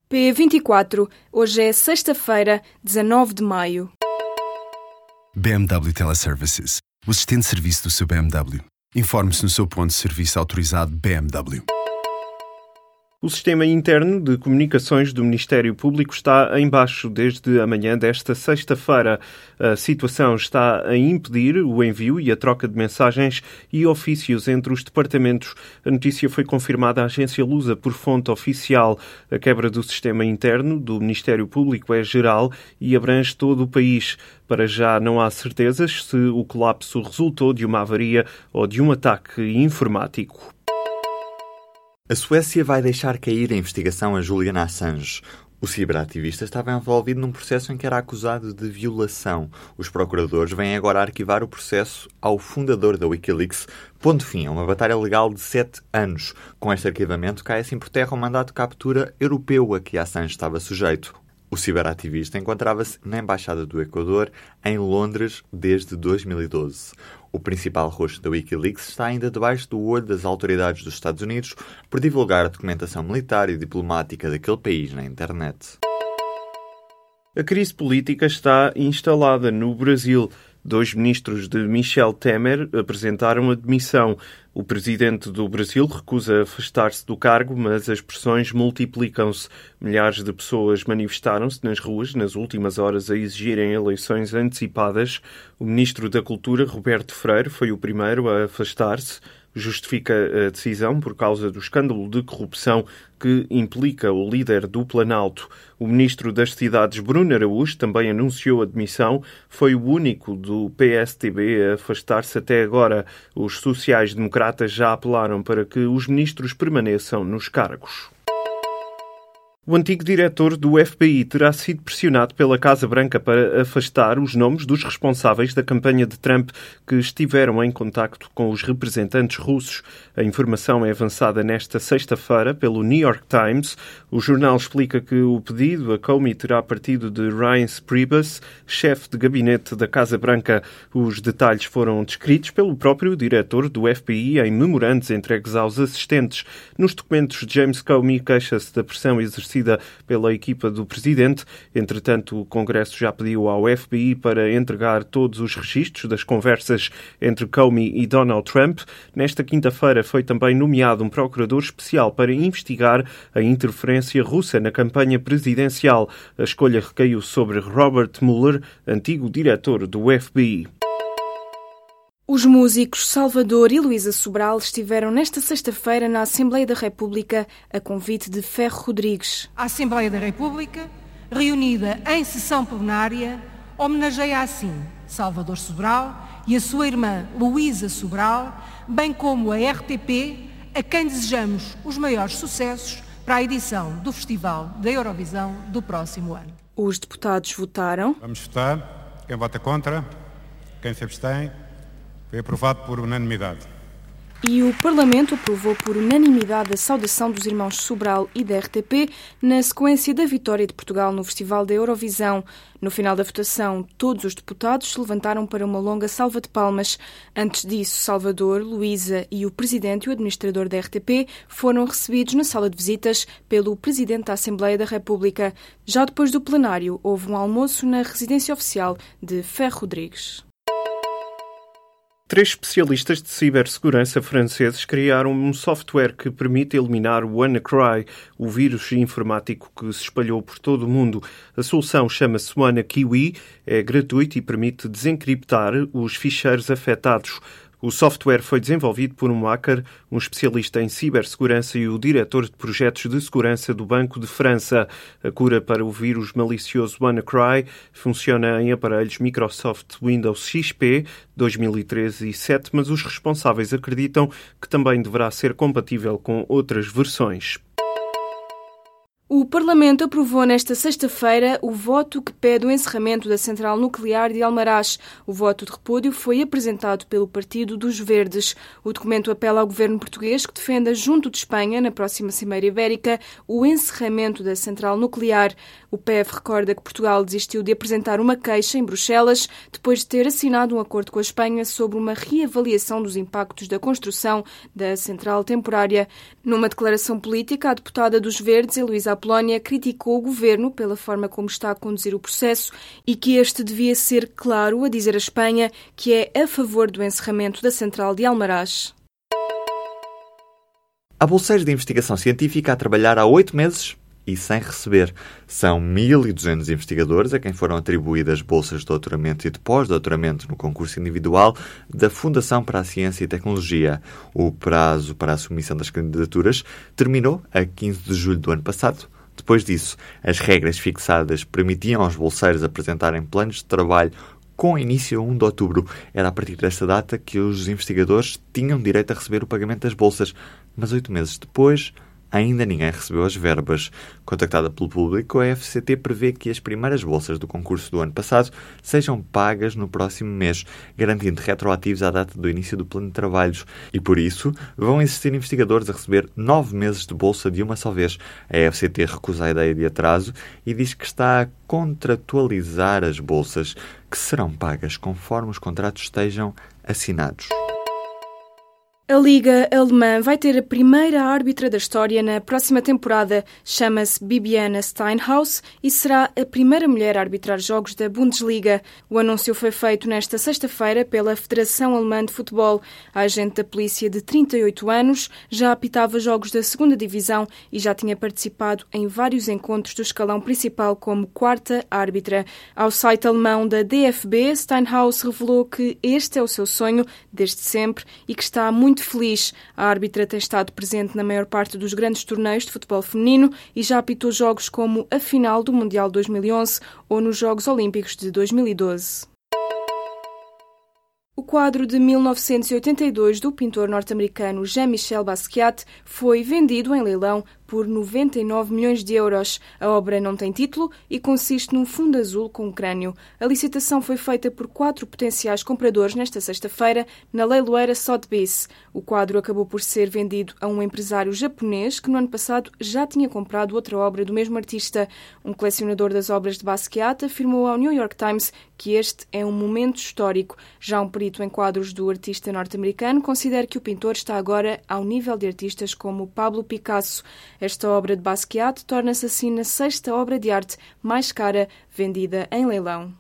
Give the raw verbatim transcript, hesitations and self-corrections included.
P vinte e quatro. Hoje é sexta-feira, dezanove de maio. B M W Teleservices, o assistente de serviço do seu B M W. Informe-se no seu ponto de serviço autorizado B M W. O sistema interno de comunicações do Ministério Público está em baixo desde a manhã desta sexta-feira. A situação está a impedir o envio e a troca de mensagens e ofícios entre os departamentos. A notícia foi confirmada à agência Lusa por fonte oficial. A quebra do sistema interno do Ministério Público é geral e abrange todo o país. Para já não há certezas se o colapso resultou de uma avaria ou de um ataque informático. A Suécia vai deixar cair a investigação a Julian Assange. O ciberativista estava envolvido num processo em que era acusado de violação. Os procuradores vêm agora arquivar o processo ao fundador da Wikileaks. Ponto fim a uma batalha legal de sete anos. Com este arquivamento cai assim por terra o mandato de captura europeu a que Assange estava sujeito. O ciberativista encontrava-se na Embaixada do Equador, em Londres, desde dois mil e doze. O principal rosto da Wikileaks está ainda debaixo do olho das autoridades dos Estados Unidos por divulgar a documentação militar e diplomática daquele país na internet. A crise política está instalada no Brasil. Dois ministros de Michel Temer apresentaram a demissão. O presidente do Brasil recusa afastar-se do cargo, mas as pressões multiplicam-se. Milhares de pessoas manifestaram-se nas ruas nas últimas horas a exigirem eleições antecipadas. O ministro da Cultura, Roberto Freire, foi o primeiro a afastar-se. Justifica a decisão por causa do escândalo de corrupção que implica o líder do Planalto. O ministro das Cidades, Bruno Araújo, também anunciou a demissão. Foi o único do P S D B a afastar-se até agora. Os sociais-democratas já apelaram para que os ministros permaneçam nos cargos. O antigo diretor do F B I terá sido pressionado pela Casa Branca para afastar os nomes dos responsáveis da campanha de Trump que estiveram em contacto com os representantes russos. A informação é avançada nesta sexta-feira pelo New York Times. O jornal explica que o pedido a Comey terá partido de Reince Priebus, chefe de gabinete da Casa Branca. Os detalhes foram descritos pelo próprio diretor do F B I em memorandos entregues aos assistentes. Nos documentos, James Comey queixa-se da pressão exercida pela equipa do presidente. Entretanto, o Congresso já pediu ao F B I para entregar todos os registros das conversas entre Comey e Donald Trump. Nesta quinta-feira foi também nomeado um procurador especial para investigar a interferência russa na campanha presidencial. A escolha recaiu sobre Robert Mueller, antigo diretor do F B I. Os músicos Salvador e Luísa Sobral estiveram nesta sexta-feira na Assembleia da República a convite de Ferro Rodrigues. A Assembleia da República, reunida em sessão plenária, homenageia assim Salvador Sobral e a sua irmã Luísa Sobral, bem como a R T P, a quem desejamos os maiores sucessos para a edição do Festival da Eurovisão do próximo ano. Os deputados votaram. Vamos votar. Quem vota contra? Quem se abstém? Foi aprovado por unanimidade. E o Parlamento aprovou por unanimidade a saudação dos irmãos Sobral e da R T P na sequência da vitória de Portugal no Festival da Eurovisão. No final da votação, todos os deputados se levantaram para uma longa salva de palmas. Antes disso, Salvador, Luísa e o presidente e o administrador da R T P foram recebidos na sala de visitas pelo presidente da Assembleia da República. Já depois do plenário, houve um almoço na residência oficial de Ferro Rodrigues. Três especialistas de cibersegurança franceses criaram um software que permite eliminar o WannaCry, o vírus informático que se espalhou por todo o mundo. A solução chama-se WannaKiwi, é gratuito e permite desencriptar os ficheiros afetados. O software foi desenvolvido por um hacker, um especialista em cibersegurança e o diretor de projetos de segurança do Banco de França. A cura para o vírus malicioso WannaCry funciona em aparelhos Microsoft Windows X P dois mil e treze e sete, mas os responsáveis acreditam que também deverá ser compatível com outras versões. O Parlamento aprovou nesta sexta-feira o voto que pede o encerramento da central nuclear de Almaraz. O voto de repúdio foi apresentado pelo Partido dos Verdes. O documento apela ao governo português que defenda, junto de Espanha, na próxima Cimeira Ibérica, o encerramento da central nuclear. O P F recorda que Portugal desistiu de apresentar uma queixa em Bruxelas depois de ter assinado um acordo com a Espanha sobre uma reavaliação dos impactos da construção da central temporária. Numa declaração política, a deputada dos Verdes, Heloísa Polónia criticou o governo pela forma como está a conduzir o processo e que este devia ser claro a dizer à Espanha que é a favor do encerramento da central de Almaraz. Há bolseiros de investigação científica a trabalhar há oito meses e sem receber. São mil e duzentos investigadores a quem foram atribuídas bolsas de doutoramento e de pós-doutoramento no concurso individual da Fundação para a Ciência e Tecnologia. O prazo para a submissão das candidaturas terminou a quinze de julho do ano passado. Depois disso, as regras fixadas permitiam aos bolseiros apresentarem planos de trabalho com início a primeiro de outubro. Era a partir desta data que os investigadores tinham direito a receber o pagamento das bolsas. Mas oito meses depois, ainda ninguém recebeu as verbas. Contactada pelo público, a F C T prevê que as primeiras bolsas do concurso do ano passado sejam pagas no próximo mês, garantindo retroativos à data do início do plano de trabalhos. E por isso, vão existir investigadores a receber nove meses de bolsa de uma só vez. A F C T recusa a ideia de atraso e diz que está a contratualizar as bolsas, que serão pagas conforme os contratos estejam assinados. A Liga Alemã vai ter a primeira árbitra da história na próxima temporada. Chama-se Bibiana Steinhaus e será a primeira mulher a arbitrar jogos da Bundesliga. O anúncio foi feito nesta sexta-feira pela Federação Alemã de Futebol. A agente da polícia de trinta e oito anos já apitava jogos da segunda divisão e já tinha participado em vários encontros do escalão principal como quarta árbitra. Ao site alemão da D F B, Steinhaus revelou que este é o seu sonho desde sempre e que está muito feliz. A árbitra tem estado presente na maior parte dos grandes torneios de futebol feminino e já apitou jogos como a final do Mundial dois mil e onze ou nos Jogos Olímpicos de dois mil e doze. O quadro de mil novecentos e oitenta e dois do pintor norte-americano Jean-Michel Basquiat foi vendido em leilão por noventa e nove milhões de euros. A obra não tem título e consiste num fundo azul com um crânio. A licitação foi feita por quatro potenciais compradores nesta sexta-feira na leiloeira Sotheby's. O quadro acabou por ser vendido a um empresário japonês que no ano passado já tinha comprado outra obra do mesmo artista. Um colecionador das obras de Basquiat afirmou ao New York Times que este é um momento histórico. Já um perito em quadros do artista norte-americano considera que o pintor está agora ao nível de artistas como Pablo Picasso. Esta obra de Basquiat torna-se assim na sexta obra de arte mais cara vendida em leilão.